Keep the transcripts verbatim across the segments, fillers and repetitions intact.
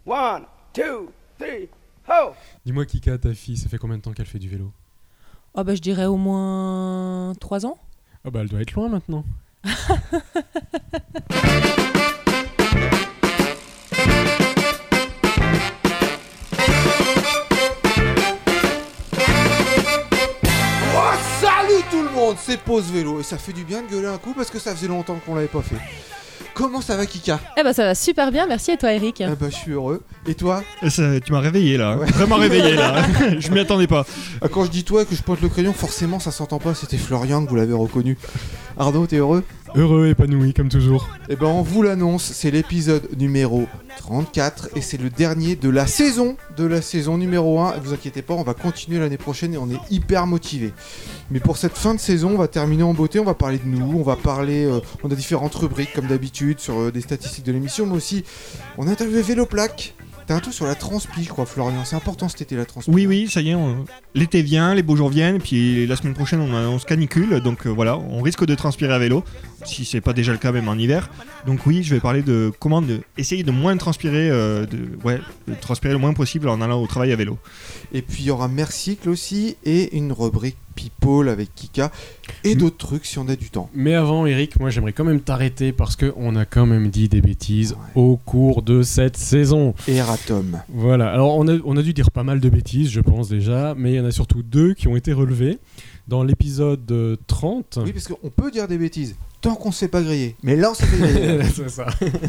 One, two, three, ho! Dis-moi, Kika, ta fille, ça fait combien de temps qu'elle fait du vélo? Oh bah je dirais au moins trois ans. Ah bah elle doit être loin maintenant. Oh, salut tout le monde, c'est Pause Vélo et ça fait du bien de gueuler un coup parce que ça faisait longtemps qu'on l'avait pas fait. Comment ça va, Kika? Eh bah ça va super bien, merci, et toi Eric? Ah bah je suis heureux. Et toi? Ça, tu m'as réveillé là, Ouais. vraiment réveillé là. Je m'y attendais pas. Ah, quand je dis toi et que je pointe le crayon, forcément ça s'entend pas, c'était Florian que vous l'avez reconnu. Arnaud, t'es heureux? Heureux, épanoui, comme toujours. Eh ben on vous l'annonce, c'est l'épisode numéro trente-quatre et c'est le dernier de la saison, de la saison numéro un. Et vous inquiétez pas, on va continuer l'année prochaine et on est hyper motivés. Mais pour cette fin de saison, on va terminer en beauté, on va parler de nous, on va parler, euh, on a différentes rubriques comme d'habitude sur euh, des statistiques de l'émission, mais aussi on a interviewé Véloplaque. T'as un truc sur la transpi, je crois, Florian, c'est important cet été la transpi. Oui, oui, ça y est, on- l'été vient, les beaux jours viennent, puis la semaine prochaine on, a- on se canicule, donc euh, voilà, on risque de transpirer à vélo, si c'est pas déjà le cas même en hiver. Donc oui, je vais parler de comment de, essayer de moins transpirer, euh, de, ouais, de transpirer le moins possible en allant au travail à vélo. Et puis il y aura Mercycle aussi et une rubrique People avec Kika et d'autres trucs si on a du temps. Mais avant, Eric, moi j'aimerais quand même t'arrêter parce qu'on a quand même dit des bêtises Ouais. au cours de cette saison. Et Eratom. Voilà, alors on a, on a dû dire pas mal de bêtises, je pense déjà, mais il y en a surtout deux qui ont été relevées. Dans l'épisode euh, trente... Oui, parce qu'on peut dire des bêtises tant qu'on ne sait pas griller. Mais là, on s'est fait griller. C'est ça.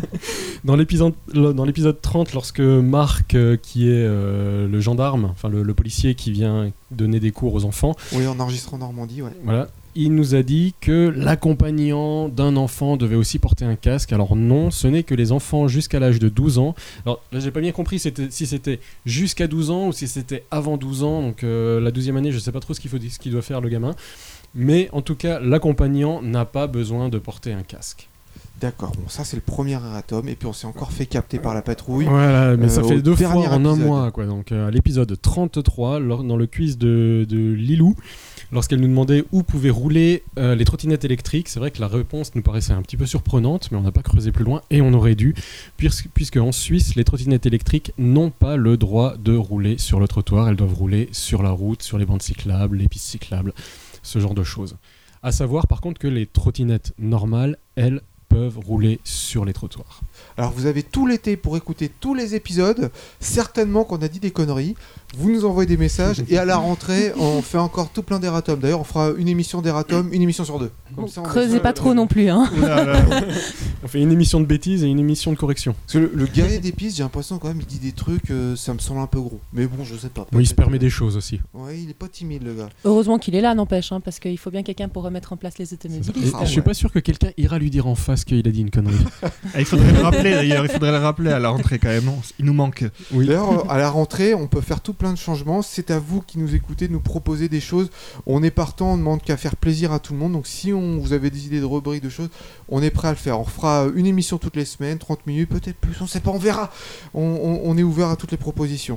Dans l'épisode, dans l'épisode trente, lorsque Marc, euh, qui est euh, le gendarme, enfin le, le policier qui vient donner des cours aux enfants, Oui, en enregistrant en Normandie, ouais. voilà, il nous a dit que l'accompagnant d'un enfant devait aussi porter un casque. Alors non, ce n'est que les enfants jusqu'à l'âge de douze ans. Alors là, j'ai pas bien compris c'était, si c'était jusqu'à douze ans ou si c'était avant douze ans. Donc euh, la douzième année, je sais pas trop ce qu'il faut, ce qu'il doit faire le gamin. Mais en tout cas, l'accompagnant n'a pas besoin de porter un casque. D'accord, bon, ça c'est le premier Eratom. Et puis on s'est encore fait capter par la patrouille. Voilà, mais euh, ça au fait deux fois dernier en un épisode. mois, quoi. Donc euh, à l'épisode trente-trois, lors- dans le quiz de, de Lilou, lorsqu'elle nous demandait où pouvaient rouler euh, les trottinettes électriques, c'est vrai que la réponse nous paraissait un petit peu surprenante, mais on n'a pas creusé plus loin et on aurait dû, puisque, puisque en Suisse, les trottinettes électriques n'ont pas le droit de rouler sur le trottoir, elles doivent rouler sur la route, sur les bandes cyclables, les pistes cyclables, ce genre de choses. À savoir par contre que les trottinettes normales, elles, peuvent rouler sur les trottoirs. Alors vous avez tout l'été pour écouter tous les épisodes. Certainement qu'on a dit des conneries. Vous nous envoyez des messages et à la rentrée, on fait encore tout plein d'Eratom. D'ailleurs, on fera une émission d'Eratom, une émission sur deux. Comme Bon, ça, on creusez est- pas trop non plus, hein. Oula, là. On fait une émission de bêtises et une émission de correction. Parce que le, le guerrier des pistes, j'ai l'impression quand même, il dit des trucs, euh, ça me semble un peu gros. Mais bon, je sais pas. Oui, il se peut-être. permet des choses aussi. Ouais, il est pas timide le gars. Heureusement qu'il est là, n'empêche, hein, parce qu'il faut bien quelqu'un pour remettre en place les automobilistes. Et Ah je suis ouais. pas sûr que quelqu'un ira lui dire en face qu'il a dit une connerie. Ah, il faudrait le rappeler d'ailleurs, il faudrait le rappeler à la rentrée quand même, non, il nous manque. Oui. D'ailleurs, euh, à la rentrée, on peut faire tout plein de changements. C'est à vous qui nous écoutez de nous proposer des choses. On est partant, on demande qu'à faire plaisir à tout le monde. Donc si on, vous avez des idées de rubriques, de choses, on est prêt à le faire. On fera une émission toutes les semaines, trente minutes, peut-être plus, on sait pas, on verra. On, on- on est ouvert à toutes les propositions.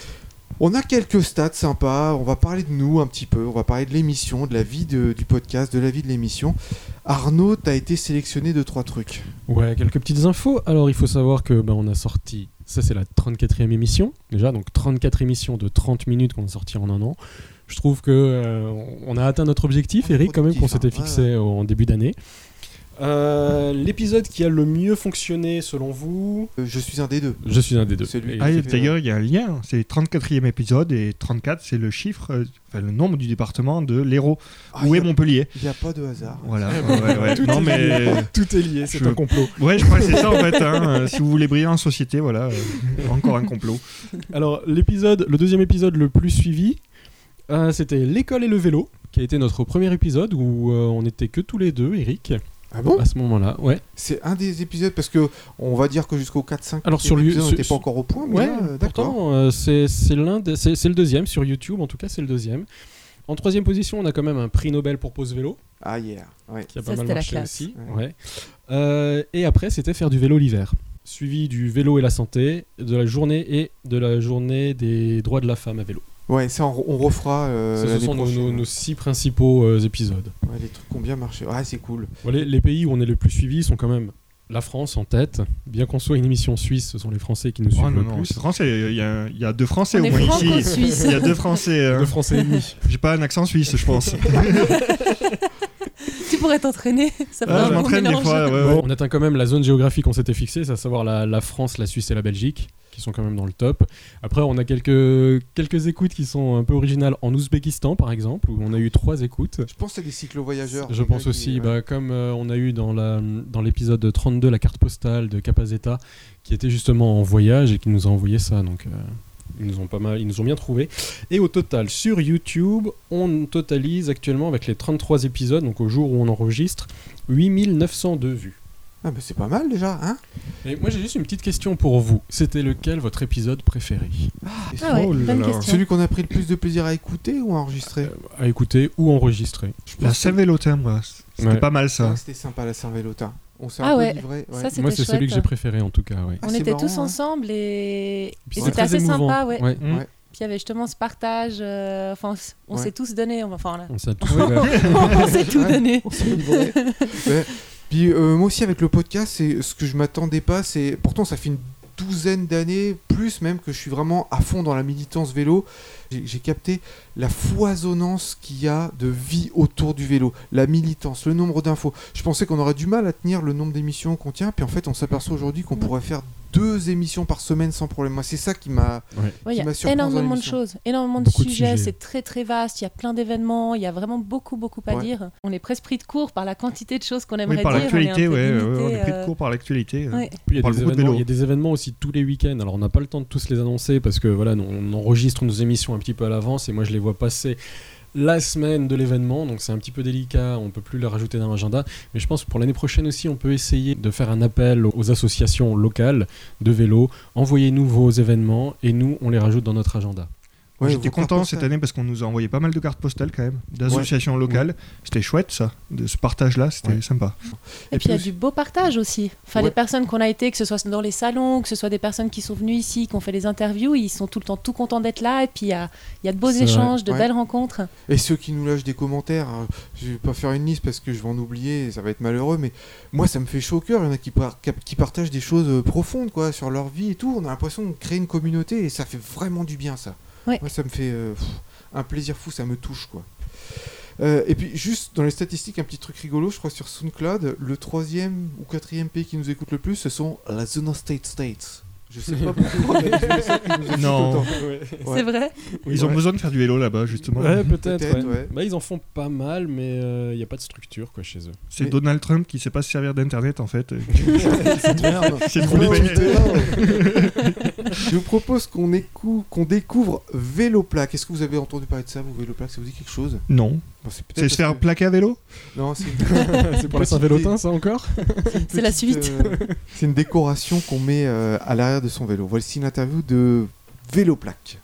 On a quelques stats sympas, on va parler de nous un petit peu, on va parler de l'émission, de la vie de- du podcast, de la vie de l'émission. Arnaud, t'as été sélectionné de trois trucs. Ouais, quelques petites infos. Alors, il faut savoir que ben, on a sorti, ça c'est la trente-quatrième émission, déjà, donc trente-quatre émissions de trente minutes qu'on a sorti en un an. Je trouve que euh, on a atteint notre objectif, On est Eric, quand même, qu'on productif, s'était hein. fixé en début d'année. Euh, l'épisode qui a le mieux fonctionné selon vous? Euh, je suis un des deux. Je suis un des deux. Celui- Et- Ah, fait- d'ailleurs, il y a un lien, c'est le trente-quatrième épisode et trente-quatre, c'est le chiffre, euh, enfin le nombre du département de l'Hérault. Ah, Où y est a- Montpellier? Il n'y a pas de hasard. Voilà, ouais, ouais. Tout Non est mais. lié. Tout est lié, c'est Je- un complot. Ouais, je crois que c'est ça en fait. Hein. Euh, Si vous voulez briller en société, voilà, euh, encore un complot. Alors, l'épisode, le deuxième épisode le plus suivi, euh, c'était l'école et le vélo, qui a été notre premier épisode où euh, on n'était que tous les deux, Eric, Ah bon? à ce moment-là. Ouais. C'est un des épisodes parce que on va dire que jusqu'au quatre cinq Alors, sur épisode, lui- on sur- n'était pas encore au point, mais Ouais, là, euh, d'accord. pourtant, euh, c'est, c'est, l'un des- c'est, c'est le deuxième sur YouTube, en tout cas, c'est le deuxième. En troisième position, on a quand même un prix Nobel pour Pause Vélo, Ah yeah, ouais. qui a Ça, pas mal c'était la marché classe. aussi. Ouais. Ouais. Euh, et après, c'était faire du vélo l'hiver, suivi du vélo et la santé, de la journée et de la journée des droits de la femme à vélo. Ouais, ça on, on refera euh, Ça, ce l'année sont nos, prochaine. nos- nos six principaux euh, épisodes. Ouais, les trucs qui ont bien marché. Ouais, c'est cool. Bon, les, les pays où on est le plus suivi sont quand même la France en tête. Bien qu'on soit une émission suisse, ce sont les Français qui nous suivent Oh, non, le non, plus. c'est français. Il y, a, il y a deux Français On au est moins ici. franco-suisse. Il y a deux Français. hein. Deux Français et demi. J'ai pas un accent suisse, je pense. Tu pourrais t'entraîner. Ça ferait Ah, un je bon m'entraîne des mélange. fois. ouais, Bon, ouais. on atteint quand même la zone géographique qu'on s'était fixée, c'est à savoir la, la France, la Suisse et la Belgique, qui sont quand même dans le top. Après, on a quelques, quelques écoutes qui sont un peu originales en Ouzbékistan, par exemple, où on a eu trois écoutes. Je pense que c'est des cyclo-voyageurs. Je des pense gars aussi, qui- bah, comme euh, on a eu dans, la, dans l'épisode trente-deux, la carte postale de Capazeta, qui était justement en voyage et qui nous a envoyé ça. Donc, euh, ils nous ont pas mal, ils nous ont bien trouvé. Et au total, sur YouTube, on totalise actuellement avec les trente-trois épisodes, donc au jour où on enregistre, huit mille neuf cent deux vues. Ah, mais c'est pas mal déjà, hein. Et moi, j'ai juste une petite question pour vous. C'était lequel votre épisode préféré Ah ouais, Oh là bonne là. question. Celui qu'on a pris le plus de plaisir à écouter ou à enregistrer? à écouter ou enregistrer? La Saint-Vélotin, moi. C'était Ouais. pas mal ça. Ah, c'était sympa la Saint-Vélotin. On s'est Ah un peu ouais, livré. ouais. Ça, c'était Moi, c'est celui que chouette. j'ai préféré en tout cas. Ouais. Ah, On c'est était marrant, tous hein. ensemble et, Puis et c'est c'était très assez émouvant. sympa, ouais. Ouais. Mm. Ouais. Puis il y avait justement ce partage. euh, Enfin, on s- on Ouais. s'est tous donné. Enfin là, On s'est tout ouvert. on s'est tout Ouais. donné. On s'est livré. Ouais. Puis euh, moi aussi avec le podcast, c'est ce que je m'attendais pas. C'est pourtant ça fait une douzaine d'années, plus même, que je suis vraiment à fond dans la militance vélo. J'ai, j'ai capté la foisonnance qu'il y a de vie autour du vélo, la militance, le nombre d'infos. Je pensais qu'on aurait du mal à tenir le nombre d'émissions qu'on tient, puis en fait on s'aperçoit aujourd'hui qu'on Ouais. pourrait faire deux émissions par semaine sans problème. Moi c'est ça qui m'a... Ouais, il y qui m'a a surpris dans énormément de l'émission. choses, énormément de Beaucoup de sujets, sujets. c'est très très vaste, il y a plein d'événements, il y a vraiment beaucoup beaucoup à Ouais. dire. On est presque pris de court par la quantité de choses qu'on Oui, aimerait par dire. l'actualité, on est, ouais, un peu ouais, on limité, est pris de euh, court par l'actualité. euh. ouais. Puis il y, a On parle des beaucoup de événements, vélo. il y a des événements aussi tous les week-ends. Alors on n'a pas le temps de tous les annoncer parce que voilà, nous, on enregistre nos émissions un petit peu à l'avance et moi je les vois passer la semaine de l'événement, donc c'est un petit peu délicat, on peut plus les rajouter dans l'agenda. Mais je pense que pour l'année prochaine aussi, on peut essayer de faire un appel aux associations locales de vélo. Envoyez-nous vos événements et nous, on les rajoute dans notre agenda. Ouais, J'étais vos cartes content postales. cette année parce qu'on nous a envoyé pas mal de cartes postales quand même, d'associations locales. C'était chouette ça, de ce partage-là, c'était Ouais. sympa. Et, puis il y a du beau partage aussi. Enfin, Ouais. les personnes qu'on a été, que ce soit dans les salons, que ce soit des personnes qui sont venues ici, qui ont fait les interviews, ils sont tout le temps tout contents d'être là. Et puis il y a, il y a de beaux C'est vrai. échanges, de Ouais. belles rencontres. Et ceux qui nous lâchent des commentaires, hein, je vais pas faire une liste parce que je vais en oublier, ça va être malheureux, mais moi ça me fait chaud au cœur. Il y en a qui, par- qui partagent des choses euh, profondes quoi, sur leur vie et tout. On a l'impression de créer une communauté et ça fait vraiment du bien ça. Ouais. Moi ça me fait euh, pff, un plaisir fou, ça me touche quoi. Euh, et puis juste dans les statistiques, un petit truc rigolo, je crois sur SoundCloud, le troisième ou quatrième pays qui nous écoute le plus, ce sont la Zona State States. Je sais pas pourquoi, mais c'est ça qui nous écoute Non. autant. C'est vrai. Ils ont Ouais. besoin de faire du vélo là-bas justement. Ouais, peut-être. Peut-être, ouais. ouais. Bah, ils en font pas mal, mais il n'y a pas de structure quoi, chez eux. C'est Mais- Donald Trump qui sait pas se servir d'internet en fait. Cette merde. C'est Ouais, trop ouais, bien. ouais. Je vous propose qu'on écou- qu'on découvre Véloplaque. Est-ce que vous avez entendu parler de ça, vous, Véloplaque? Ça vous dit quelque chose? Non. Bon, c'est peut-être C'est parce se faire que- plaquer à vélo. Non, c'est une... C'est pour les petite Saint-Vélotin, ça encore une C'est la petite, suite. euh, c'est une décoration qu'on met euh, à l'arrière de son vélo. Voici l'interview de Véloplaque.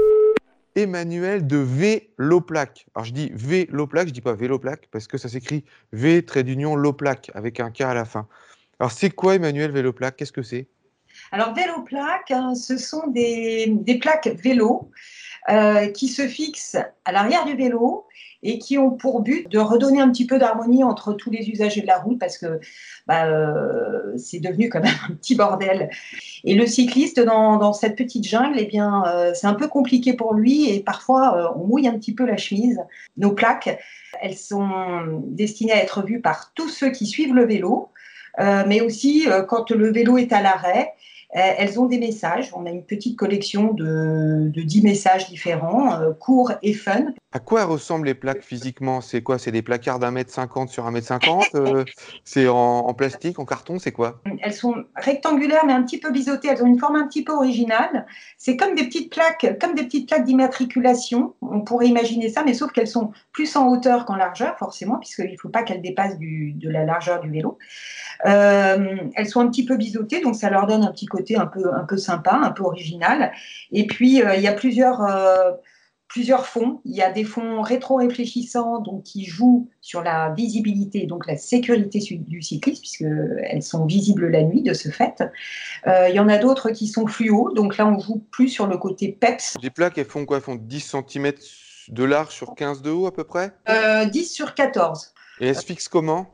Emmanuel de Véloplaque. Alors je dis Véloplaque, je dis pas Véloplaque parce que ça s'écrit V trait d'union Loplaque avec un K à la fin. Alors c'est quoi Emmanuel Véloplaque? Qu'est-ce que c'est? Alors, véloplaques, hein, ce sont des, des plaques vélo euh, qui se fixent à l'arrière du vélo et qui ont pour but de redonner un petit peu d'harmonie entre tous les usagers de la route parce que bah, euh, c'est devenu quand même un petit bordel. Et le cycliste, dans, dans cette petite jungle, eh bien, euh, c'est un peu compliqué pour lui et parfois euh, on mouille un petit peu la chemise. Nos plaques, elles sont destinées à être vues par tous ceux qui suivent le vélo, euh, mais aussi euh, quand le vélo est à l'arrêt. Elles ont des messages. On a une petite collection de, de dix messages différents, euh, courts et fun. À quoi ressemblent les plaques physiquement? C'est quoi? C'est des placards d'un mètre cinquante sur un mètre cinquante? euh, C'est en, en plastique, en carton? C'est quoi? Elles sont rectangulaires mais un petit peu biseautées. Elles ont une forme un petit peu originale. C'est comme des petites plaques, comme des petites plaques d'immatriculation. On pourrait imaginer ça, mais sauf qu'elles sont plus en hauteur qu'en largeur, forcément, puisqu'il ne faut pas qu'elles dépassent du, de la largeur du vélo. Euh, elles sont un petit peu biseautées, donc ça leur donne un petit côté un peu, un peu sympa, un peu original. Et puis, euh, il y a plusieurs, euh, plusieurs fonds. Il y a des fonds rétro-réfléchissants donc, qui jouent sur la visibilité, donc la sécurité du cycliste, puisqu'elles sont visibles la nuit de ce fait. Euh, il y en a d'autres qui sont fluo, donc là, on joue plus sur le côté peps. Les plaques, elles font quoi? Elles font dix centimètres de large sur quinze de haut à peu près? Euh, dix sur quatorze. Et elles se fixent comment?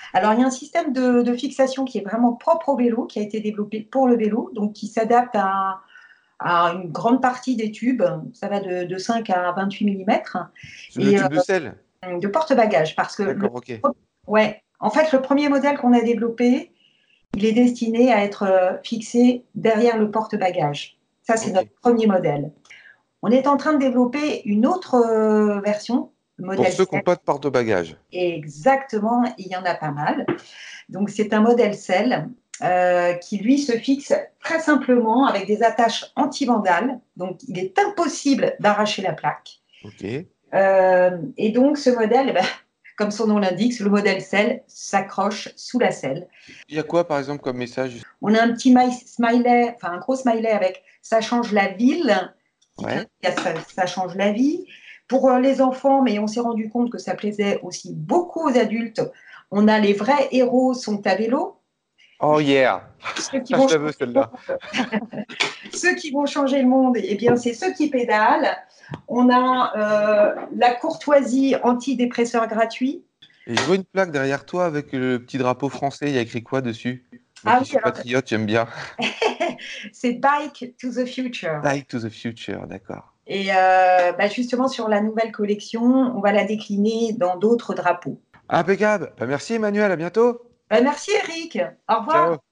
Alors, il y a un système de, de fixation qui est vraiment propre au vélo, qui a été développé pour le vélo, donc qui s'adapte à, à une grande partie des tubes. Ça va de, de cinq à vingt-huit millimètres. C'est le tube de sel. De porte-bagages. Parce que D'accord, le, ok. ouais, en fait, le premier modèle qu'on a développé, il est destiné à être euh, fixé derrière le porte-bagages. Ça, c'est Ok. notre premier modèle. On est en train de développer une autre euh, version, le Pour modèle ceux qui sel. n'ont pas de porte-bagages. Exactement, il y en a pas mal. Donc, c'est un modèle sel euh, qui, lui, se fixe très simplement avec des attaches anti-vandales. Donc, il est impossible d'arracher la plaque. Ok. Euh, et donc, ce modèle, eh ben, comme son nom l'indique, le modèle sel s'accroche sous la selle. Il y a quoi, par exemple, comme message? On a un petit my- smiley, enfin un gros smiley avec « ça change la ville », Ouais. ça, ça change la vie. Pour euh, les enfants, mais on s'est rendu compte que ça plaisait aussi beaucoup aux adultes, on a les vrais héros sont à vélo. Oh yeah. Ceux qui, Ah, vont je la veux, changer le celle-là. monde. Ceux qui vont changer le monde, eh bien, c'est ceux qui pédalent. On a euh, la courtoisie antidépresseur gratuit. Et je vois une plaque derrière toi avec le petit drapeau français. Il y a écrit quoi dessus? Moi Ah qui oui, suis alors- patriote, j'aime bien. C'est Bike to the Future. Bike to the future, d'accord. Et euh, bah, justement, sur la nouvelle collection, on va la décliner dans d'autres drapeaux. Impeccable. Bah, merci Emmanuel, à bientôt. Bah, merci Eric. Au revoir. Ciao.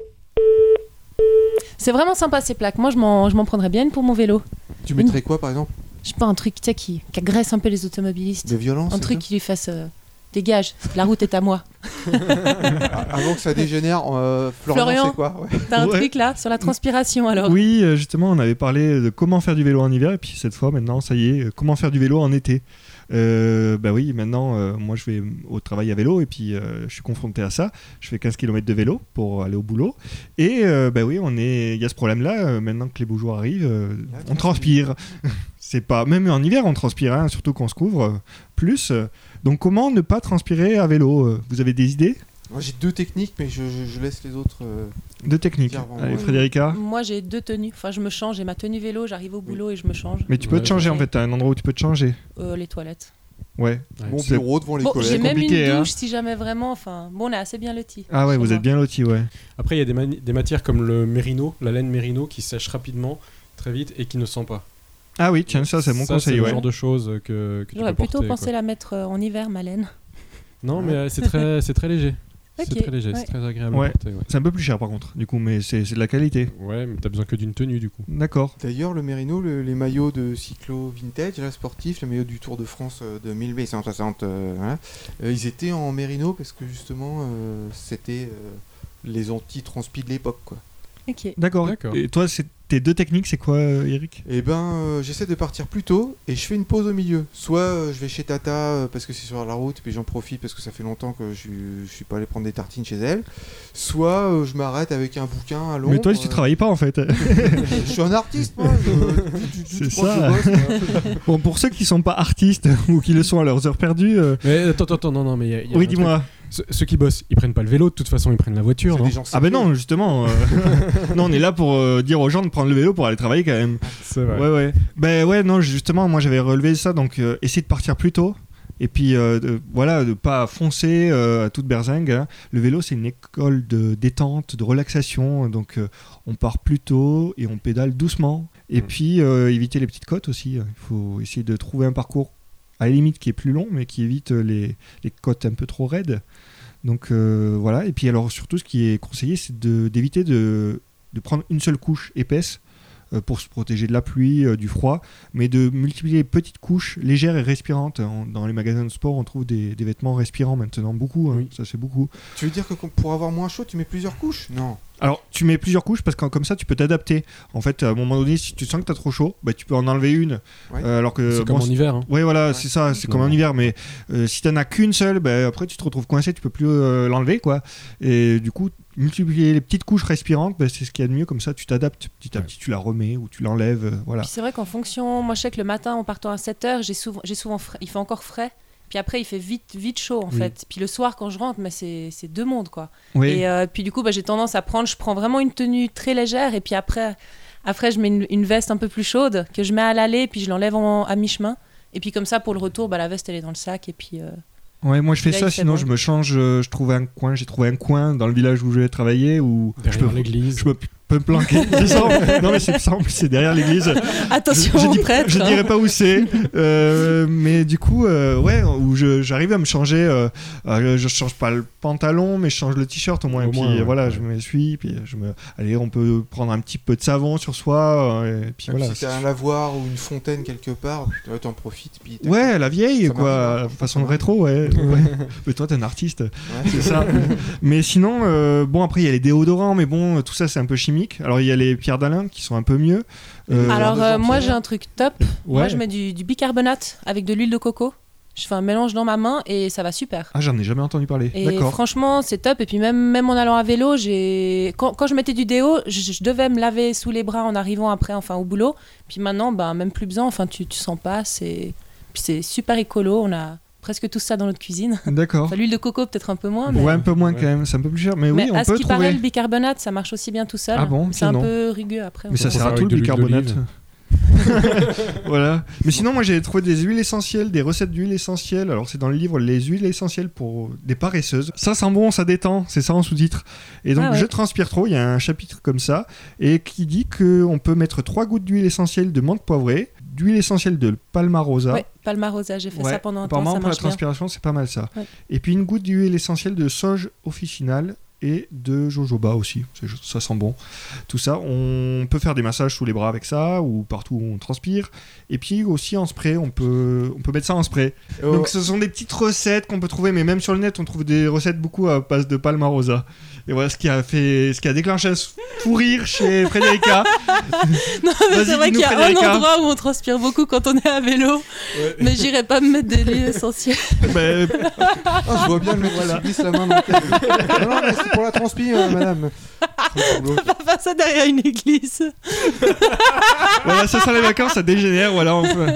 C'est vraiment sympa ces plaques. Moi, je m'en, je m'en prendrais bien une pour mon vélo. Tu mettrais quoi par exemple? Je sais pas, un truc tu sais, qui, qui agresse un peu les automobilistes. De violence? Un c'est truc ça qui lui fasse euh, dégage, la route est à moi. Avant que ça dégénère, euh, Florian, Florian. c'est quoi? Ouais. T'as un Ouais. truc là sur la transpiration alors. Oui, euh, justement, on avait parlé de comment faire du vélo en hiver, et puis cette fois, maintenant, ça y est, euh, comment faire du vélo en été. Euh, bah oui, maintenant, euh, moi je vais au travail à vélo, et puis euh, je suis confronté à ça. Je fais quinze kilomètres de vélo pour aller au boulot. Et euh, bah oui, on est, il y a ce problème-là, euh, maintenant que les beaux jours arrivent, euh, on transpire. C'est pas, même en hiver, on transpire, hein, surtout qu'on se couvre euh, plus. Donc, comment ne pas transpirer à vélo? euh, Vous avez des idées? Moi j'ai deux techniques, mais je, je- je laisse les autres. euh, Deux techniques. Dire avant Allez, moi. Frédérica. Moi j'ai deux tenues. Enfin, je me change. J'ai ma tenue vélo, j'arrive au boulot et je me change. Mais tu peux Ouais, te changer, en ouais. fait, t'as un endroit où tu peux te changer. Euh, les toilettes. Ouais. Ouais, Mon c'est- bureau devant les Bon, j'ai collègues. même compliqué, une hein. douche si jamais vraiment. Enfin, bon, on est assez bien lotis. Ah ouais, chez vous moi. êtes bien lotis, ouais. Après, il y a des, mani- des matières comme le mérino, la laine mérino, qui sèche rapidement, très vite et qui ne sent pas. Ah oui, tiens, ça c'est mon conseil, c'est ouais. le genre de choses que, que tu J'aurais peux plutôt porter, pensé quoi. la mettre euh, en hiver, ma laine. Non, mais euh, c'est très, c'est très léger. Ok, C'est très léger, ouais. c'est très agréable Ouais. à porter. Ouais, C'est un peu plus cher par contre, du coup, mais c'est c'est de la qualité. ouais mais t'as besoin que d'une tenue du coup. D'accord. D'ailleurs, le Merino, le- les maillots de cyclo vintage, là, sportifs, les maillots du Tour de France euh, de mille huit cent soixante, euh, voilà, euh, ils étaient en Merino parce que justement, euh, c'était euh, les anti-transpi de l'époque, quoi. Ok. D'accord. D'accord. Et toi, c'est tes deux techniques, c'est quoi, euh, Eric? Et ben, euh, j'essaie de partir plus tôt et je fais une pause au milieu. Soit euh, je vais chez Tata euh, parce que c'est sur la route, puis j'en profite parce que ça fait longtemps que je, je suis pas allé prendre des tartines chez elle. Soit euh, je m'arrête avec un bouquin à l'ombre. Mais toi, tu euh, travailles pas en fait. Je suis un artiste, moi. je- tu- tu- tu C'est crois que ça. je bosse, moi Bon, pour ceux qui sont pas artistes ou qui le sont à leurs heures perdues, euh, Mais attends, attends, attends, non, non, mais il y a, il y a un oui, truc. dis-moi. Ceux, ceux qui bossent, ils prennent pas le vélo, de toute façon, ils prennent la voiture, C'est non des gens Ah ben sérieux. non, justement. euh, non, on est là pour euh, dire aux gens de prendre le vélo pour aller travailler quand même. C'est vrai. Ouais, ouais. Ben ouais, non, justement, moi j'avais relevé ça, donc euh, essayer de partir plus tôt. Et puis euh, de, voilà, de pas foncer euh, à toute berzingue, hein. Le vélo, c'est une école de détente, de relaxation. Donc euh, on part plus tôt et on pédale doucement. Et Mm. puis euh, éviter les petites côtes aussi. Il faut essayer de trouver un parcours à la limite qui est plus long, mais qui évite les, les côtes un peu trop raides. Donc euh, voilà. Et puis alors surtout, ce qui est conseillé, c'est de- d'éviter de, de prendre une seule couche épaisse euh, pour se protéger de la pluie, euh, du froid, mais de multiplier les petites couches légères et respirantes. En- dans les magasins de sport, on trouve des, des vêtements respirants maintenant, beaucoup, hein. Oui. Ça c'est beaucoup. Tu veux dire que com- pour avoir moins chaud, tu mets plusieurs couches? Non. Alors, tu mets plusieurs couches parce que comme ça, tu peux t'adapter. En fait, à un moment donné, si tu sens que t'as trop chaud, bah, tu peux en enlever une. Ouais. Euh, alors que C'est bon, comme en hiver. Hein. ouais, voilà, Ouais. c'est ça, c'est Non. comme en hiver, mais euh, si t'en as qu'une seule, bah, après tu te retrouves coincé, tu peux plus euh, l'enlever, quoi. Et du coup, multiplier les petites couches respirantes, bah, c'est ce qu'il y a de mieux, comme ça tu t'adaptes. Petit à Ouais. petit, tu la remets ou tu l'enlèves, euh, voilà. Puis c'est vrai qu'en fonction, moi je sais que le matin en partant à sept heures, j'ai souvent, j'ai souvent frais- il fait encore frais. Puis après il fait vite, vite chaud en Oui. fait. Puis le soir quand je rentre, mais c'est, c'est deux mondes quoi. Oui. Et euh, puis du coup bah, j'ai tendance à prendre, je prends vraiment une tenue très légère et puis après, après je mets une, une veste un peu plus chaude que je mets à l'aller puis je l'enlève en- à mi-chemin. Et puis comme ça pour le retour, bah, la veste elle est dans le sac et puis, euh, Ouais, moi je fais Là, ça, il fait sinon bon. je me change, euh, je trouve un coin, j'ai trouvé un coin dans le village où je vais travailler où je Derrière peux, l'église. je peux, peux me planquer. C'est ça. Non mais c'est simple, c'est derrière l'église. Attention, je, je, dis- prêtre. je dirais pas où c'est, euh, mais du coup, euh, ouais, où je, j'arrive à me changer. Euh, euh, je change pas le pantalon, mais je change le t-shirt au moins. Au et puis moins, ouais, voilà, ouais. je m'essuie, puis je me, allez, on peut prendre un petit peu de savon sur soi, euh, et puis Même voilà. si t'as un lavoir ou une fontaine quelque part, ouais, t'en profites. Puis t'as- Ouais, la vieille, Ça quoi, marche. façon rétro, ouais. ouais. Mais toi, t'es un artiste. Ouais. C'est ça. Mais sinon, euh, bon, après, il y a les déodorants, mais bon, tout ça, c'est un peu chimique. Alors, il y a les pierres d'Alain qui sont un peu mieux. Euh, Alors, de euh, Jean-Pierre. moi, j'ai un truc top. Moi, ouais. je mets du, du bicarbonate avec de l'huile de coco. Je fais un mélange dans ma main et ça va super. Ah, j'en ai jamais entendu parler. Et D'accord. franchement, c'est top. Et puis même, même en allant à vélo, j'ai... Quand, quand je mettais du déo, je, je devais me laver sous les bras en arrivant après, enfin au boulot. Puis maintenant, ben, même plus besoin. Enfin, tu, tu sens pas. C'est... Puis c'est super écolo. On a presque tout ça dans notre cuisine. D'accord. Enfin, l'huile de coco, peut-être un peu moins. Mais, Ouais, un peu moins Ouais. quand même. C'est un peu plus cher. Mais, mais oui, on à ce peut qui trouver. paraît, le bicarbonate, ça marche aussi bien tout seul. Ah bon, C'est un sinon. peu rugueux après. Mais ça Faut sert à faire tout avec le de l'huile bicarbonate. d'olive. Voilà. Mais sinon, moi, j'ai trouvé des huiles essentielles, des recettes d'huiles essentielles. Alors, c'est dans le livre Les huiles essentielles pour des paresseuses. Ça sent bon, ça détend. C'est ça en sous-titre. Et donc, Ah ouais. je transpire trop. Il y a un chapitre comme ça et qui dit qu'on peut mettre trois gouttes d'huile essentielle de menthe poivrée, d'huile essentielle de palmarosa. Ouais, palmarosa, j'ai fait Ouais, ça pendant un temps, apparemment, ça pour la marche bien. transpiration, c'est pas mal ça. Ouais. Et puis une goutte d'huile essentielle de sauge officinale et de jojoba aussi. C'est- Ça sent bon. Tout ça, on peut faire des massages sous les bras avec ça ou partout où on transpire. Et puis aussi en spray, on peut, on peut mettre ça en spray. Oh, Donc ce sont des petites recettes qu'on peut trouver, mais même sur le net, on trouve des recettes beaucoup à base de palmarosa. Et voilà ce qui a fait, ce qui a déclenché un fou rire chez Frédérica. Non, mais Vas-y, c'est vrai qu'il dis-nous, y a Frédérica. un endroit où on transpire beaucoup quand on est à vélo. Mais j'irai pas me mettre des huiles essentielles. Ben, Ah, je vois bien le mec qui se glisse la main dans le café. Non, non, mais c'est pour la transpi, euh, madame. On va faire ça derrière une église. voilà, ça sent les vacances, ça dégénère. Voilà, on peut...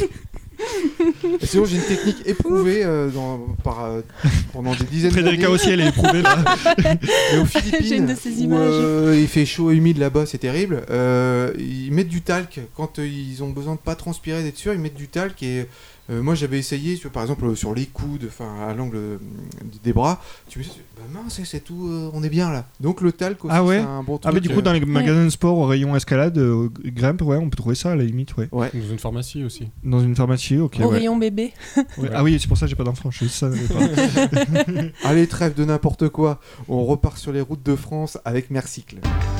Et sinon, j'ai une technique éprouvée euh, dans, par, euh, pendant des dizaines Frédérica d'années. aussi, elle est éprouvée là. Et aux Philippines, J'ai une de ces où, images. euh, il fait chaud et humide là-bas, c'est terrible. Euh, ils mettent du talc quand euh, ils ont besoin de pas transpirer, d'être sûr. Ils mettent du talc et euh, moi j'avais essayé, sur, par exemple sur les coudes, enfin à l'angle euh, des bras. Tu me dis, bah mince, c'est tout, euh, on est bien là. Donc le talc aussi, Ah ouais c'est un bon truc. Ah, mais du coup, euh, dans les magasins de sport au rayon escalade, euh, grimpe, ouais, on peut trouver ça à la limite, ouais. Ouais. Dans une pharmacie aussi. Dans une pharmacie, ok. Au ouais. rayon bébé. Ouais. Ah oui, c'est pour ça que j'ai pas d'enfant, je savais pas. Allez, trêve de n'importe quoi. On repart sur les routes de France avec Mercycle.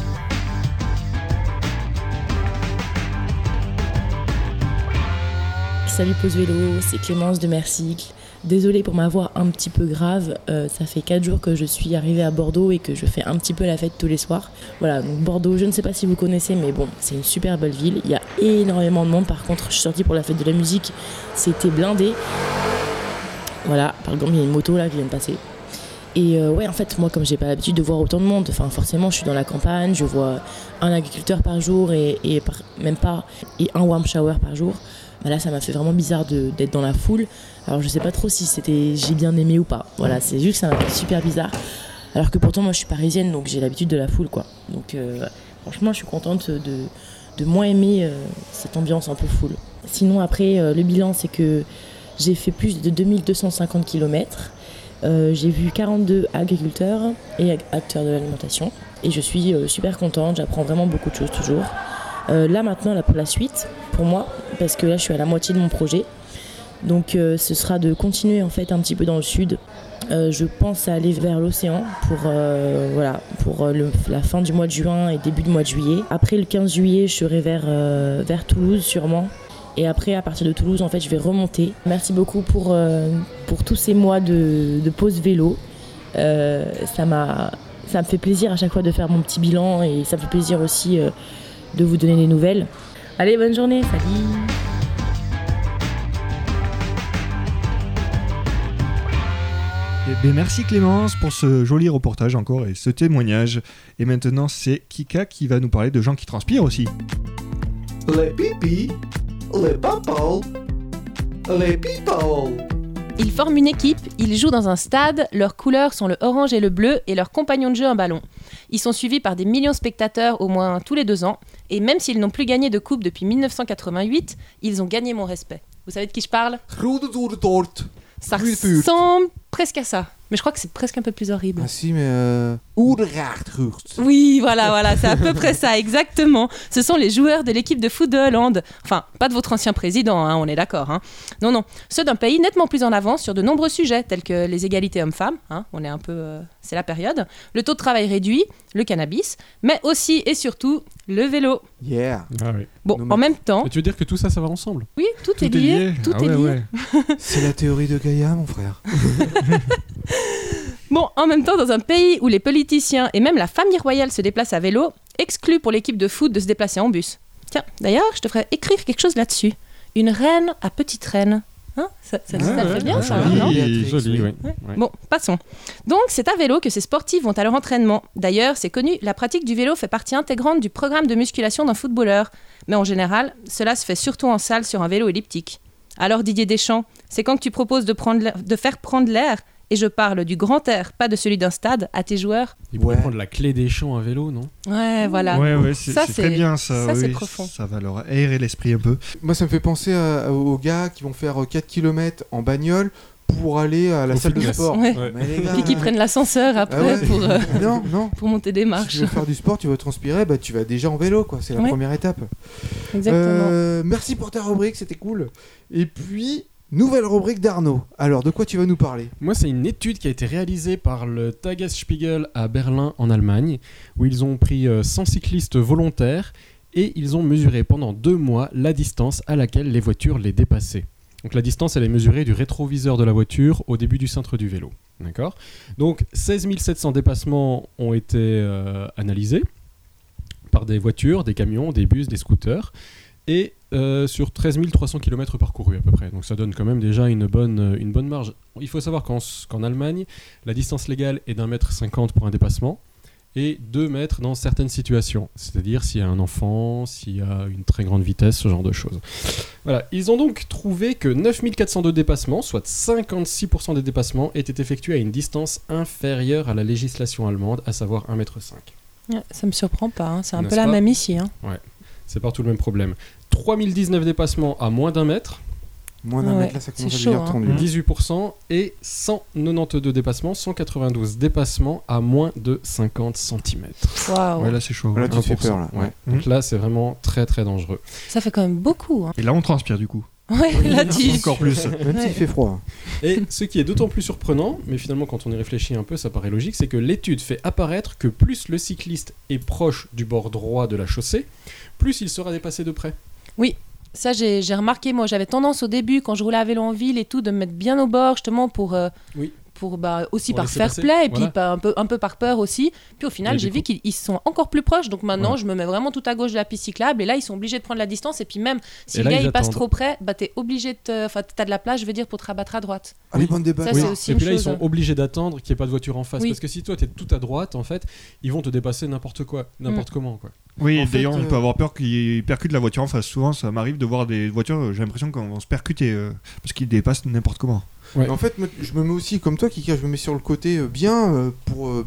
Salut Pause Vélo, c'est Clémence de Mercycle. Désolée pour ma voix un petit peu grave, euh, ça fait quatre jours que je suis arrivée à Bordeaux et que je fais un petit peu la fête tous les soirs. Voilà, donc Bordeaux, je ne sais pas si vous connaissez, mais bon, c'est une super belle ville. Il y a énormément de monde, par contre, je suis sortie pour la fête de la musique, c'était blindé. Voilà, par exemple, il y a une moto là qui vient de passer. Et euh, ouais, en fait, moi, comme j'ai pas l'habitude de voir autant de monde, enfin, forcément, je suis dans la campagne, je vois un agriculteur par jour et, et par, même pas, et un warm shower par jour. Bah là, ça m'a fait vraiment bizarre de, d'être dans la foule. Alors, je sais pas trop si c'était j'ai bien aimé ou pas. Voilà, c'est juste que ça m'a fait super bizarre. Alors que pourtant, moi, je suis parisienne, donc j'ai l'habitude de la foule, quoi. Donc, euh, franchement, je suis contente de, de moins aimer euh, cette ambiance un peu foule. Sinon, après, euh, le bilan, c'est que j'ai fait plus de deux mille deux cent cinquante kilomètres. Euh, j'ai vu quarante-deux agriculteurs et acteurs de l'alimentation. Et je suis euh, super contente, j'apprends vraiment beaucoup de choses toujours. Euh, là maintenant, là, pour la suite, pour moi, parce que là je suis à la moitié de mon projet, donc euh, ce sera de continuer en fait un petit peu dans le sud. Euh, je pense à aller vers l'océan pour, euh, voilà, pour euh, le, la fin du mois de juin et début du mois de juillet. Après le quinze juillet, je serai vers, euh, vers Toulouse sûrement. Et après, à partir de Toulouse, en fait, je vais remonter. Merci beaucoup pour, euh, pour tous ces mois de, de pause vélo. Euh, ça m'a, ça me fait plaisir à chaque fois de faire mon petit bilan et ça me fait plaisir aussi euh, de vous donner des nouvelles. Allez, bonne journée, salut! Eh bien, merci Clémence pour ce joli reportage encore et ce témoignage. Et maintenant, c'est Kika qui va nous parler de gens qui transpirent aussi. Les pipis, les papas, les people. Ils forment une équipe, ils jouent dans un stade, leurs couleurs sont le orange et le bleu et leurs compagnons de jeu un ballon. Ils sont suivis par des millions de spectateurs au moins tous les deux ans et même s'ils n'ont plus gagné de coupe depuis dix-neuf cent quatre-vingt-huit, ils ont gagné mon respect. Vous savez de qui je parle ? Ça Wildpucht. ressemble presque à ça. Mais je crois que c'est presque un peu plus horrible. Ah si, mais... Euh... Oergaardhurst. Oui, voilà, voilà, c'est à peu près ça, exactement. Ce sont les joueurs de l'équipe de foot de Hollande. Enfin, pas de votre ancien président, hein, on est d'accord. Hein. Non, non, ceux d'un pays nettement plus en avance sur de nombreux sujets, tels que les égalités hommes-femmes, hein, on est un peu... Euh, c'est la période, le taux de travail réduit, le cannabis, mais aussi et surtout le vélo. Yeah. Ah oui. Bon, Non, en mais- même temps, Et tu veux dire que tout ça, ça va ensemble? oui, tout, est lié, tout Ah est ouais, lié. ouais. C'est la théorie de Gaïa, mon frère. Bon, en même temps, dans un pays où les politiciens et même la famille royale se déplacent à vélo, exclu pour l'équipe de foot de se déplacer en bus. Tiens, d'ailleurs, je devrais écrire quelque chose là-dessus. Une reine à petite reine. Hein ça, ça, ça Ouais, fait ouais, bien, ouais, ça, joli, non Béatrix, joli, oui. oui. Ouais. Bon, passons. Donc, c'est à vélo que ces sportifs vont à leur entraînement. D'ailleurs, c'est connu, la pratique du vélo fait partie intégrante du programme de musculation d'un footballeur. Mais en général, cela se fait surtout en salle sur un vélo elliptique. Alors, Didier Deschamps, c'est quand que tu proposes de, prendre l'air- de faire prendre l'air, et je parle du grand air, pas de celui d'un stade, à tes joueurs? Il pourrait Ouais. prendre la clé des champs à vélo, non? Ouais, voilà. Ouais, ouais, c'est Ça, c'est c'est- très bien ça. ça, c'est oui. profond. Ça va leur aérer l'esprit un peu. Moi, ça me fait penser à- aux gars qui vont faire quatre kilomètres en bagnole pour aller à la Au salle de fitness. sport. Ouais. Ouais. Mais les gars, Puis qui prennent l'ascenseur après Ah ouais. pour, euh, Non, non. pour monter des Si marches. tu veux faire du sport, tu veux transpirer, bah, tu vas déjà en vélo, quoi. C'est la Ouais. première étape. Exactement. Euh, merci pour ta rubrique, c'était cool. Et puis, nouvelle rubrique d'Arnaud. Alors, de quoi tu vas nous parler? Moi, c'est une étude qui a été réalisée par le Tagesspiegel à Berlin, en Allemagne, où ils ont pris euh, cent cyclistes volontaires et ils ont mesuré pendant deux mois la distance à laquelle les voitures les dépassaient. Donc la distance, elle est mesurée du rétroviseur de la voiture au début du cintre du vélo. D'accord ? Donc seize mille sept cents dépassements ont été euh, analysés par des voitures, des camions, des bus, des scooters, et euh, sur treize mille trois cents kilomètres parcourus à peu près. Donc ça donne quand même déjà une bonne, une bonne marge. Il faut savoir qu'en, qu'en Allemagne, la distance légale est d'un mètre cinquante pour un dépassement, et deux mètres dans certaines situations, c'est-à-dire s'il y a un enfant, s'il y a une très grande vitesse, ce genre de choses. Voilà, ils ont donc trouvé que neuf mille quatre cent deux dépassements, soit cinquante-six pour cent des dépassements, étaient effectués à une distance inférieure à la législation allemande, à savoir un mètre cinq. Ouais, ça me surprend pas, hein. C'est un N'est-ce peu la pas même ici. Hein. C'est partout le même problème. trois mille dix-neuf dépassements à moins d'un mètre, Moins d'un Ouais, mètre, là, ça c'est commence à chaud, devenir hein. tendu. dix-huit pour cent, et cent quatre-vingt-douze dépassements, cent quatre-vingt-douze dépassements à moins de cinquante centimètres. Waouh. Ouais, là c'est chaud. Là, tu te fais un pour cent, peur, là. ouais. Ouais. Donc là, c'est vraiment très très dangereux. Ça fait quand même beaucoup. Hein. Et là on transpire du coup. Ouais, là tu. Encore plus. Même Ouais. s'il fait froid. Et ce qui est d'autant plus surprenant, mais finalement quand on y réfléchit un peu, ça paraît logique, c'est que l'étude fait apparaître que plus le cycliste est proche du bord droit de la chaussée, plus il sera dépassé de près. Ça, j'ai j'ai remarqué, moi, j'avais tendance au début, quand je roulais à vélo en ville et tout, de me mettre bien au bord, justement, pour, euh, Oui. pour bah, aussi Pour par laisser fair passer, play, et puis voilà. par- un, peu, un peu par peur aussi. Puis au final, Et j'ai du vu coup- qu'ils ils sont encore plus proches, donc maintenant, Ouais. je me mets vraiment tout à gauche de la piste cyclable, et là, ils sont obligés de prendre la distance, et puis même, si Et le là, gars, ils il passe attendent. trop près, bah, t'es obligé de te... Enfin, t'as de la place, je veux dire, pour te rabattre à droite. Ah, les bandes débat. Ça, c'est aussi Et une puis là, ils chose. sont obligés d'attendre qu'il n'y ait pas de voiture en face. Oui. Parce que si toi, tu es tout à droite, en fait, ils vont te dépasser n'importe quoi, n'importe Mm. comment. Quoi. Oui, En et d'ailleurs fait, on euh, peut avoir peur qu'ils percutent la voiture en face. Souvent ça m'arrive de voir des voitures, euh, j'ai l'impression qu'on va se percuter euh, parce qu'ils dépassent n'importe comment. Ouais. En fait, moi, je me mets aussi comme toi, Kika, je me mets sur le côté euh, bien euh, pour euh,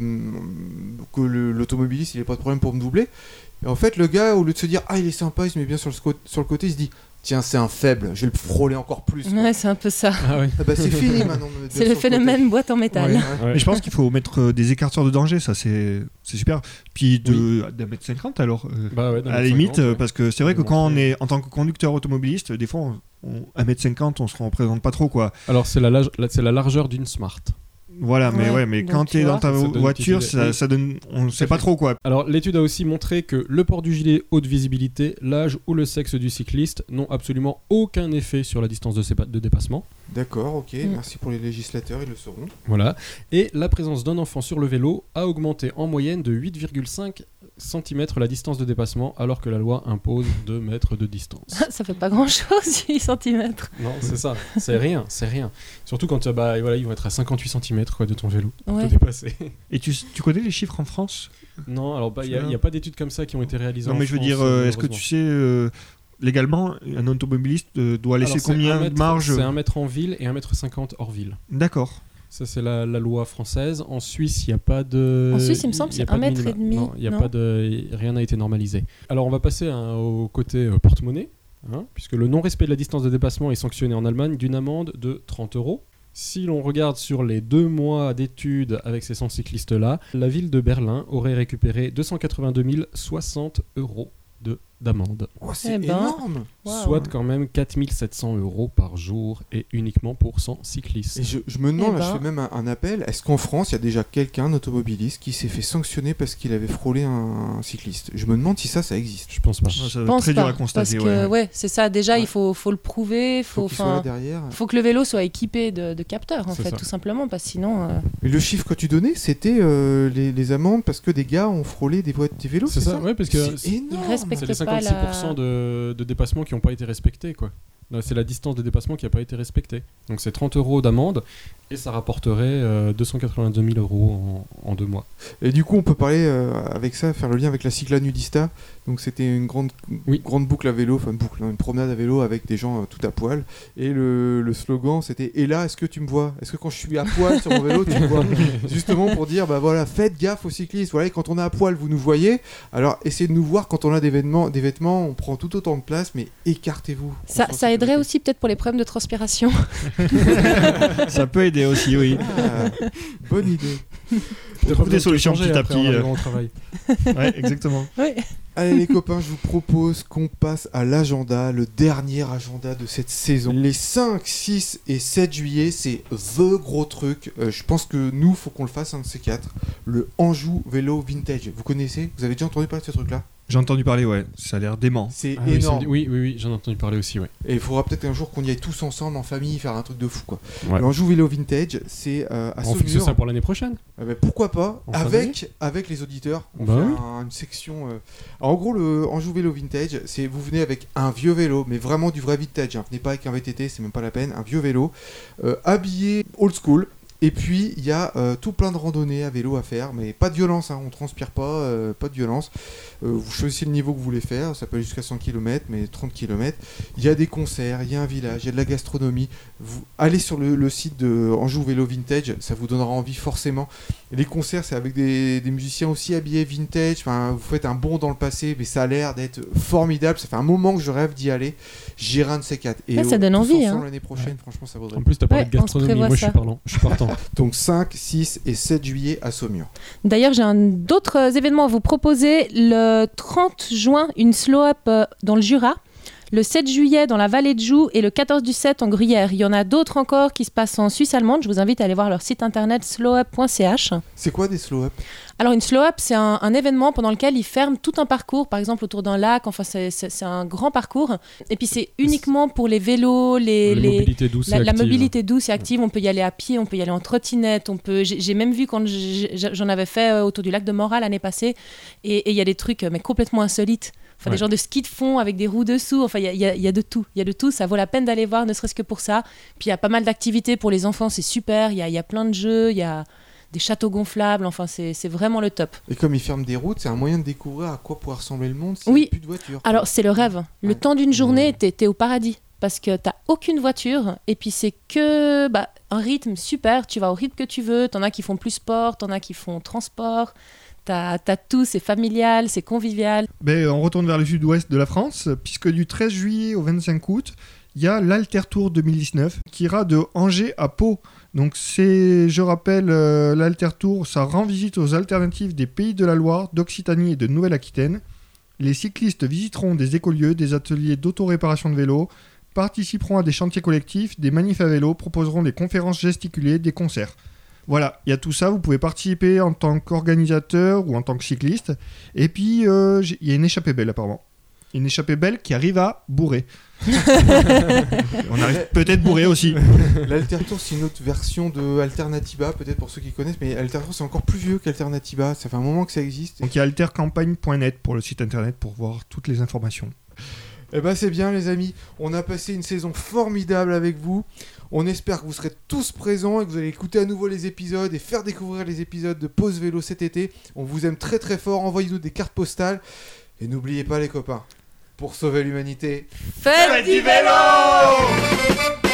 que le- l'automobiliste il ait pas de problème pour me doubler. Et en fait, le gars, au lieu de se dire ah il est sympa, il se met bien sur le, sco- sur le côté, il se dit tiens c'est un faible, je vais le frôler encore plus. quoi. Ouais, c'est un peu ça. Ah oui. Ah bah c'est fini maintenant. de me mettre C'est bien le sur côté. phénomène boîte en métal. Ouais. Ouais. Mais je pense qu'il faut mettre euh, des écarteurs de danger, ça c'est c'est super. Puis de d'un mètre cinquante alors. euh, Bah ouais, d'un à la mètre limite, cinquante, euh, ouais. parce que c'est vrai que Pour quand on montrer. est en tant que conducteur automobiliste, des fois, on, on- un mètre cinquante, on se représente pas trop quoi. Alors, c'est la, lage- la- c'est la largeur d'une Smart. Voilà, mais Ouais, ouais, mais donc quand tu t'es dans vois. ta Ça donne une voiture, petite idée. ça, Oui. ça donne, on sait à pas fait. trop quoi. Alors, l'étude a aussi montré que le port du gilet haute visibilité, l'âge ou le sexe du cycliste n'ont absolument aucun effet sur la distance de, sépa- de dépassement. D'accord, ok, Mm. merci pour les législateurs, ils le sauront. Voilà. Et la présence d'un enfant sur le vélo a augmenté en moyenne de huit virgule cinq centimètres la distance de dépassement, alors que la loi impose deux mètres de distance. Ça fait pas grand-chose, huit centimètres. Non, c'est ça. C'est rien, c'est rien. Surtout quand euh, bah, voilà, ils vont être à cinquante-huit centimètres quoi, de ton vélo pour Ouais. te dépasser. Et tu, tu connais les chiffres en France? Non, alors il Tu n'y a, vois. y a pas d'études comme ça qui ont été réalisées Non, en mais je veux France, dire, euh, est-ce que malheureusement. tu sais euh, légalement un automobiliste euh, doit laisser Alors, c'est combien un mètre- de marge? C'est un mètre en ville et un mètre cinquante hors ville. D'accord. Ça, c'est la, la loi française. En Suisse, il n'y a pas de. En Suisse, il me semble, y a c'est pas un de mètre et minima. demi, Non, il y a non pas de. Rien n'a été normalisé. Alors, on va passer hein, au côté euh, porte-monnaie, hein, puisque le non-respect de la distance de dépassement est sanctionné en Allemagne d'une amende de trente euros. Si l'on regarde sur les deux mois d'études avec ces cent cyclistes-là, la ville de Berlin aurait récupéré deux cent quatre-vingt-deux mille soixante euros de, d'amende. Oh, c'est Eh ben. énorme. Wow. Soit quand même quatre mille sept cents euros par jour et uniquement pour cent cyclistes. Et je, je me demande, Eh là, je ben. fais même un, un appel, est-ce qu'en France, il y a déjà quelqu'un, un automobiliste, qui s'est fait sanctionner parce qu'il avait frôlé un, un cycliste? Je me demande si ça, ça existe. Je pense pas. Ça Je doit être pense très dur pas, à constater. parce que ouais. ouais, c'est ça. Déjà, Ouais. il faut, faut le prouver. Faut Faut, qu'il soit là enfin, derrière. faut que le vélo soit équipé de, de capteurs, en C'est fait, ça. tout simplement, parce que sinon. euh, Et le chiffre que tu donnais, c'était euh, les, les amendes parce que des gars ont frôlé des, voies, des vélos, C'est c'est ça, ouais, parce que C'est c'est- Ils énorme. respectent c'est les pas cinquante-six pour cent la- de, de dépassements qui n'ont pas été respectés, quoi. Là, c'est la distance de dépassement qui n'a pas été respectée. Donc c'est trente euros d'amende et ça rapporterait euh, deux cent quatre-vingt-deux mille euros en, en deux mois. Et du coup, on peut parler euh, avec ça, faire le lien avec la Cycla Nudista. Donc c'était une grande, Oui. grande boucle à vélo, enfin une boucle, hein, une promenade à vélo avec des gens euh, tout à poil. Et le, le slogan, c'était « Et là, est-ce que tu me vois? Est-ce que quand je suis à poil sur mon vélo, tu me vois ?» Justement pour dire, bah voilà, faites gaffe aux cyclistes. Voilà, et quand on est à poil, vous nous voyez. Alors essayez de nous voir quand on a des vêtements, des vêtements on prend tout autant de place, mais écartez-vous. Ça, ça aiderait aussi peut-être pour les problèmes de transpiration. Ça peut aider aussi, oui. Ah, bonne idée. On trouve des solutions petit à petit. euh. au travail. Ouais, exactement. Oui. Allez les copains, je vous propose qu'on passe à l'agenda, le dernier agenda de cette saison. Les cinq, six et sept juillet, c'est the gros truc. Euh, je pense que nous, faut qu'on le fasse un de ces quatre. Le Anjou Vélo Vintage. Vous connaissez? Vous avez déjà entendu parler de ce truc-là? J'ai entendu parler, ouais. Ça a l'air dément. C'est Ah oui, ça me énorme. dit- oui, oui, oui, j'en ai entendu parler aussi, ouais. Et il faudra peut-être un jour qu'on y aille tous ensemble en famille faire un truc de fou quoi. Ouais. Le Anjou Vélo Vintage, c'est euh, à On fixe Saumur. ça pour l'année prochaine. Ah bah, pourquoi pas En fin avec, avec les auditeurs on Bah fait oui. un- une section euh. Alors, en gros le Anjou Vélo Vintage c'est vous venez avec un vieux vélo mais vraiment du vrai vintage hein. Venez pas avec un V T T, c'est même pas la peine, un vieux vélo euh, habillé old school. Et puis il y a euh, tout plein de randonnées à vélo à faire, mais pas de violence, hein, on transpire pas, euh, pas de violence. Euh, vous choisissez le niveau que vous voulez faire, ça peut aller jusqu'à cent kilomètres, mais trente kilomètres. Il y a des concerts, il y a un village, il y a de la gastronomie. Vous allez sur le, le site de Anjou Vélo Vintage, ça vous donnera envie forcément. Et les concerts, c'est avec des, des musiciens aussi habillés vintage. Enfin, vous faites un bond dans le passé, mais ça a l'air d'être formidable. Ça fait un moment que je rêve d'y aller. J'irai un de ces quatre. Et Ouais, ça au- donne tous envie, ensemble hein. l'année prochaine, franchement, ça vaudrait. En plus, t'as parlé Ouais, de on se gastronomie. prévoit Moi, je ça. suis parlant. Je suis partant. Donc cinq, six et sept juillet à Saumur. D'ailleurs, j'ai un- d'autres événements à vous proposer. Le trente juin, une slow-up euh, dans le Jura. Le sept juillet dans la vallée de Joux et le quatorze du sept en Gruyère. Il y en a d'autres encore qui se passent en Suisse allemande. Je vous invite à aller voir leur site internet slowup point c h. C'est quoi des slow-up? Alors une slow-up, c'est un, un événement pendant lequel ils ferment tout un parcours, par exemple autour d'un lac. Enfin, c'est, c'est- c'est un grand parcours. Et puis c'est uniquement pour les vélos, les, La les- mobilité douce la, et la active. mobilité douce et active. On peut y aller à pied, on peut y aller en trottinette. On peut. J'ai, j'ai même vu quand j'ai- j'ai- j'en avais fait euh, autour du lac de Morat l'année passée. Et et il y a des trucs euh, mais complètement insolites. Enfin, Ouais. des genres de ski de fond avec des roues dessous. Enfin, il y a, il y a- il y a de tout. Il y a de tout. Ça vaut la peine d'aller voir, ne serait-ce que pour ça. Puis il y a pas mal d'activités pour les enfants. C'est super. Il y a, il y a plein de jeux. Il y a des châteaux gonflables. Enfin, c'est, c'est vraiment le top. Et comme ils ferment des routes, c'est un moyen de découvrir à quoi pourrait ressembler le monde s'il n'y Oui. a plus de voitures. Alors, c'est le rêve. Le Ouais. temps d'une journée, Ouais. t'es, t'es au paradis. Parce que t'as aucune voiture. Et puis, c'est que bah, un rythme super. Tu vas au rythme que tu veux. T'en as qui font plus sport. T'en as qui font transport. T'as, t'as tout. C'est familial. C'est convivial. Ben, on retourne vers le sud-ouest de la France, puisque du treize juillet au vingt-cinq août, il y a l'Alter Tour deux mille dix-neuf qui ira de Angers à Pau. Donc c'est, je rappelle, euh, l'Alter Tour, ça rend visite aux alternatives des Pays de la Loire, d'Occitanie et de Nouvelle-Aquitaine. Les cyclistes visiteront des écolieux, des ateliers d'autoréparation de vélos, participeront à des chantiers collectifs, des manifs à vélo, proposeront des conférences gesticulées, des concerts. Voilà, il y a tout ça, vous pouvez participer en tant qu'organisateur ou en tant que cycliste. Et puis, euh, j'ai- il y a une échappée belle apparemment. Une échappée belle qui arrive à bourrer. On arrive peut-être bourré aussi. L'Alter Tour, c'est une autre version de Alternativa, peut-être pour ceux qui connaissent, mais Alter Tour, c'est encore plus vieux qu'Alternativa. Ça fait un moment que ça existe. Donc il y a altercampagne point net pour le site internet pour voir toutes les informations. Eh ben, c'est bien, les amis. On a passé une saison formidable avec vous. On espère que vous serez tous présents et que vous allez écouter à nouveau les épisodes et faire découvrir les épisodes de Pause Vélo cet été. On vous aime très très fort. Envoyez-nous des cartes postales. Et n'oubliez pas, les copains, pour sauver l'humanité, Faites du vélo!